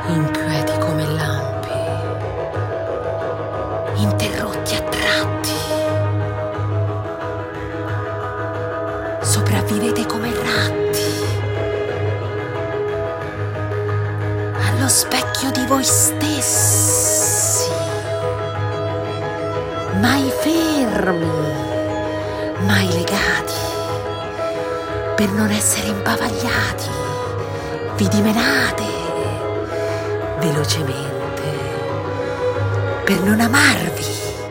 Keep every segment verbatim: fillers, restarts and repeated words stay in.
inquieti come lampi, interrotti a tratti. Sopravvivete come ratti allo specchio di voi stessi, mai fermi, mai legati, per non essere imbavagliati. Vi dimenate velocemente per non amarvi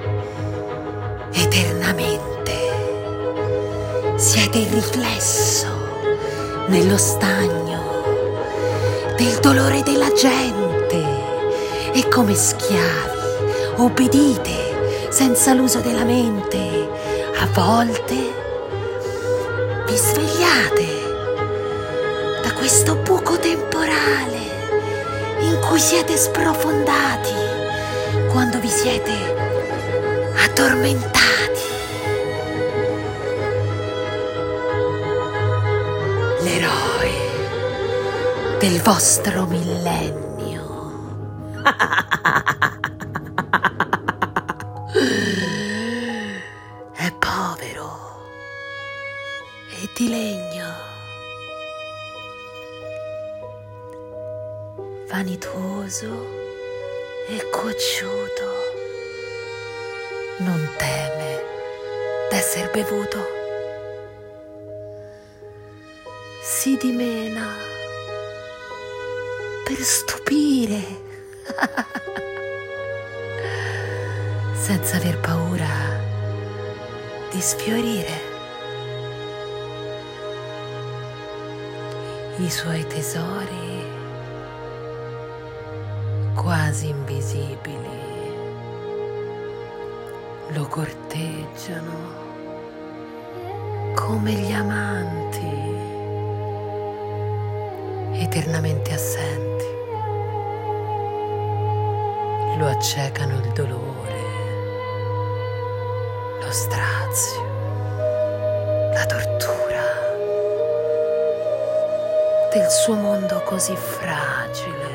eternamente. Siete il riflesso nello stagno del dolore della gente e come schiavi obbedite senza l'uso della mente. A volte vi svegliate da questo buco temporale in cui siete sprofondati quando vi siete addormentati. L'eroe del vostro millennio è povero e di legno, vanitoso e cocciuto, non teme d'esser bevuto, si dimena per stupire senza aver paura di sfiorire. I suoi tesori quasi invisibili lo corteggiano come gli amanti eternamente assenti. Lo accecano il dolore, lo strazio, la tortura del suo mondo così fragile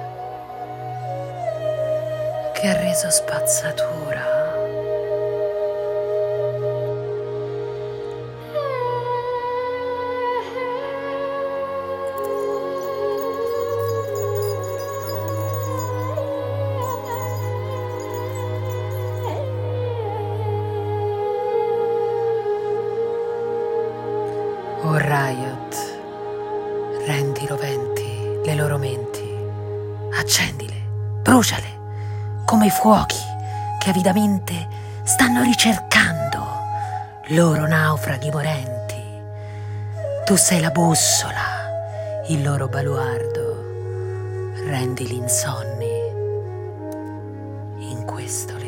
che ha reso spazzatura. O Riot, rendi roventi le loro menti, accendile, bruciale, come i fuochi che avidamente stanno ricercando loro naufraghi morenti. Tu sei la bussola, il loro baluardo, rendili insonni in questo